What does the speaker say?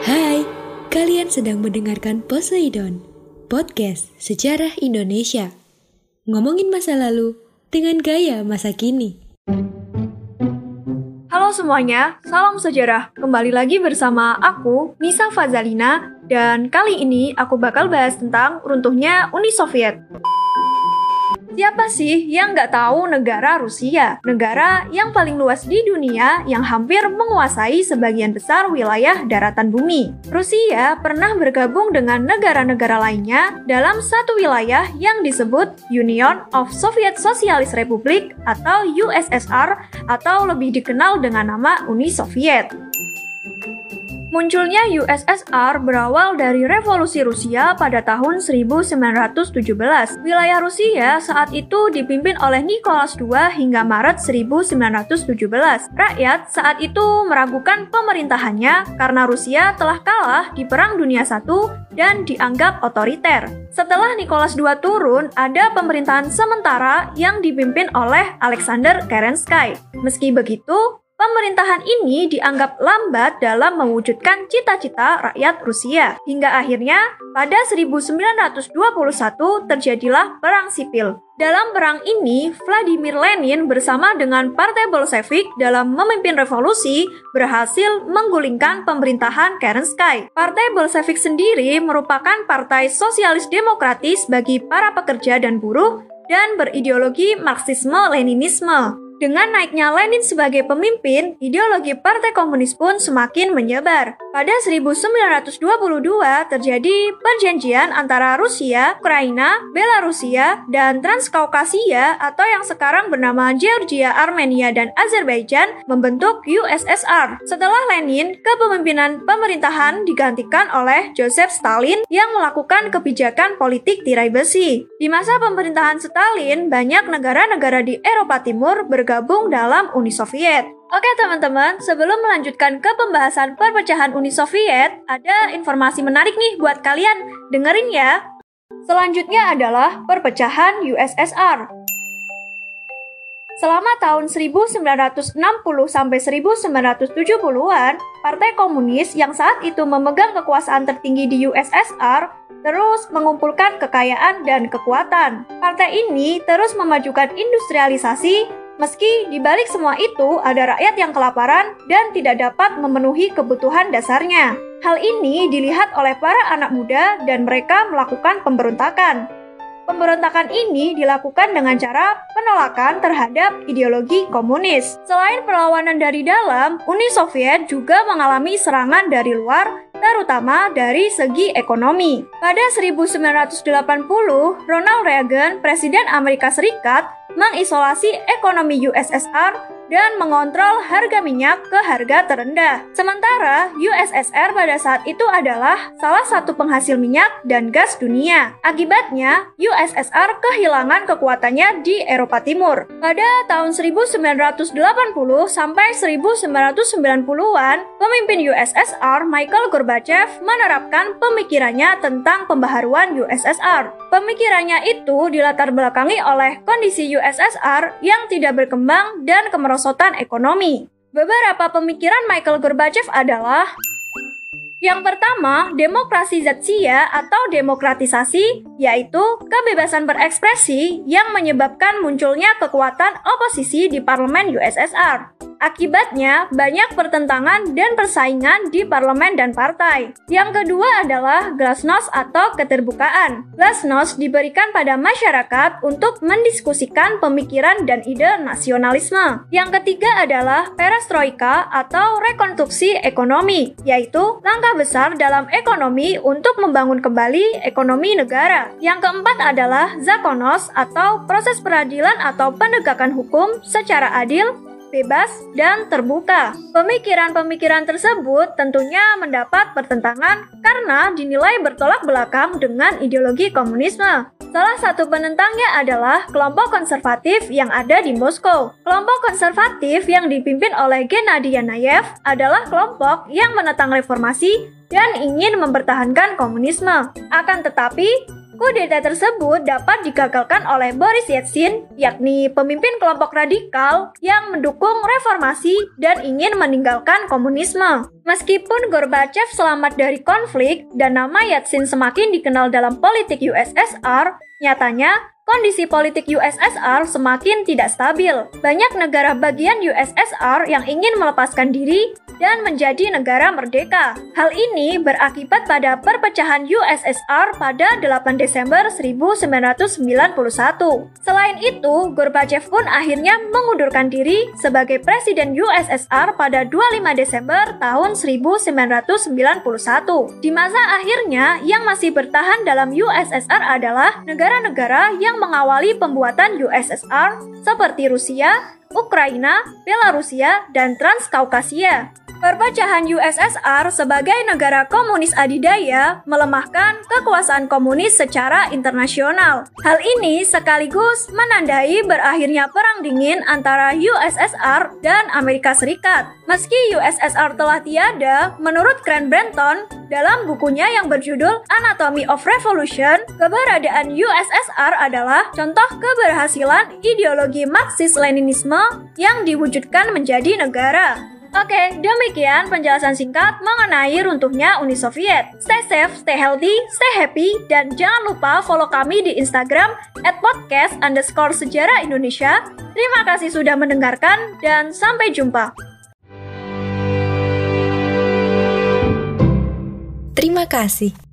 Hai, kalian sedang mendengarkan Poseidon, podcast sejarah Indonesia. Ngomongin masa lalu dengan gaya masa kini. Halo semuanya, salam sejarah. Kembali lagi bersama aku, Nisa Fazalina, dan kali ini aku bakal bahas tentang runtuhnya Uni Soviet. Siapa sih yang nggak tahu negara Rusia? Negara yang paling luas di dunia yang hampir menguasai sebagian besar wilayah daratan bumi. Rusia pernah bergabung dengan negara-negara lainnya dalam satu wilayah yang disebut Union of Soviet Socialist Republic atau USSR atau lebih dikenal dengan nama Uni Soviet. Munculnya USSR berawal dari revolusi Rusia pada tahun 1917. Wilayah Rusia saat itu dipimpin oleh Nicholas II hingga Maret 1917. Rakyat saat itu meragukan pemerintahannya karena Rusia telah kalah di Perang Dunia I dan dianggap otoriter. Setelah Nicholas II turun, ada pemerintahan sementara yang dipimpin oleh Alexander Kerensky. Meski begitu, pemerintahan ini dianggap lambat dalam mewujudkan cita-cita rakyat Rusia. Hingga akhirnya, pada 1921 terjadilah Perang Sipil. Dalam perang ini, Vladimir Lenin bersama dengan Partai Bolshevik dalam memimpin revolusi berhasil menggulingkan pemerintahan Kerensky. Partai Bolshevik sendiri merupakan partai sosialis demokratis bagi para pekerja dan buruh dan berideologi Marxisme-Leninisme. Dengan naiknya Lenin sebagai pemimpin, ideologi Partai Komunis pun semakin menyebar. Pada 1922 terjadi perjanjian antara Rusia, Ukraina, Belarusia, dan Transkaukasia atau yang sekarang bernama Georgia, Armenia, dan Azerbaijan membentuk USSR. Setelah Lenin, kepemimpinan pemerintahan digantikan oleh Joseph Stalin yang melakukan kebijakan politik tirai besi. Di masa pemerintahan Stalin, banyak negara-negara di Eropa Timur bergabung dalam Uni Soviet. Oke teman-teman, sebelum melanjutkan ke pembahasan perpecahan Uni Soviet, ada informasi menarik nih buat kalian. Dengerin ya. Selanjutnya adalah perpecahan USSR. Selama tahun 1960 sampai 1970-an, Partai Komunis yang saat itu memegang kekuasaan tertinggi di USSR terus mengumpulkan kekayaan dan kekuatan. Partai ini terus memajukan industrialisasi. Meski di balik semua itu ada rakyat yang kelaparan dan tidak dapat memenuhi kebutuhan dasarnya. Hal ini dilihat oleh para anak muda dan mereka melakukan pemberontakan. Pemberontakan ini dilakukan dengan cara penolakan terhadap ideologi komunis. Selain perlawanan dari dalam, Uni Soviet juga mengalami serangan dari luar, terutama dari segi ekonomi. Pada 1980, Ronald Reagan, Presiden Amerika Serikat, mengisolasi ekonomi USSR dan mengontrol harga minyak ke harga terendah. Sementara USSR pada saat itu adalah salah satu penghasil minyak dan gas dunia. Akibatnya, USSR kehilangan kekuatannya di Eropa Timur. Pada tahun 1980 sampai 1990-an, pemimpin USSR Mikhail Gorbachev menerapkan pemikirannya tentang pembaharuan USSR. Pemikirannya itu dilatar belakangi oleh kondisi USSR yang tidak berkembang dan kemerosotan ekonomi. Beberapa pemikiran Mikhail Gorbachev adalah: yang pertama, demokrasi zatsia atau demokratisasi, yaitu kebebasan berekspresi yang menyebabkan munculnya kekuatan oposisi di parlemen USSR. Akibatnya, banyak pertentangan dan persaingan di parlemen dan partai. Yang kedua adalah glasnost atau keterbukaan. Glasnost diberikan pada masyarakat untuk mendiskusikan pemikiran dan ide nasionalisme. Yang ketiga adalah perestroika atau rekonstruksi ekonomi, yaitu langkah besar dalam ekonomi untuk membangun kembali ekonomi negara. Yang keempat adalah zakonos atau proses peradilan atau penegakan hukum secara adil, bebas, dan terbuka. Pemikiran-pemikiran tersebut tentunya mendapat pertentangan karena dinilai bertolak belakang dengan ideologi komunisme. Salah satu penentangnya adalah kelompok konservatif yang ada di Moskow. Kelompok konservatif yang dipimpin oleh Gennady Yanayev adalah kelompok yang menentang reformasi dan ingin mempertahankan komunisme. Akan tetapi, Kudeta tersebut dapat digagalkan oleh Boris Yeltsin, yakni pemimpin kelompok radikal yang mendukung reformasi dan ingin meninggalkan komunisme. Meskipun Gorbachev selamat dari konflik dan nama Yeltsin semakin dikenal dalam politik USSR, nyatanya kondisi politik USSR semakin tidak stabil. Banyak negara bagian USSR yang ingin melepaskan diri dan menjadi negara merdeka. Hal ini berakibat pada perpecahan USSR pada 8 Desember 1991. Selain itu, Gorbachev pun akhirnya mengundurkan diri sebagai Presiden USSR pada 25 Desember tahun 1991. Di masa akhirnya, yang masih bertahan dalam USSR adalah negara-negara yang mengawali pembuatan USSR seperti Rusia, Ukraina, Belarusia, dan Transkaukasia. Perpecahan USSR sebagai negara komunis adidaya melemahkan kekuasaan komunis secara internasional. Hal ini sekaligus menandai berakhirnya Perang Dingin antara USSR dan Amerika Serikat. Meski USSR telah tiada, menurut Grant Brenton, dalam bukunya yang berjudul Anatomy of Revolution, keberadaan USSR adalah contoh keberhasilan ideologi Marxis-Leninisme yang diwujudkan menjadi negara. Oke, demikian penjelasan singkat mengenai runtuhnya Uni Soviet. Stay safe, stay healthy, stay happy, dan jangan lupa follow kami di Instagram @podcast_sejarah-Indonesia. Terima kasih sudah mendengarkan, dan sampai jumpa. Terima kasih.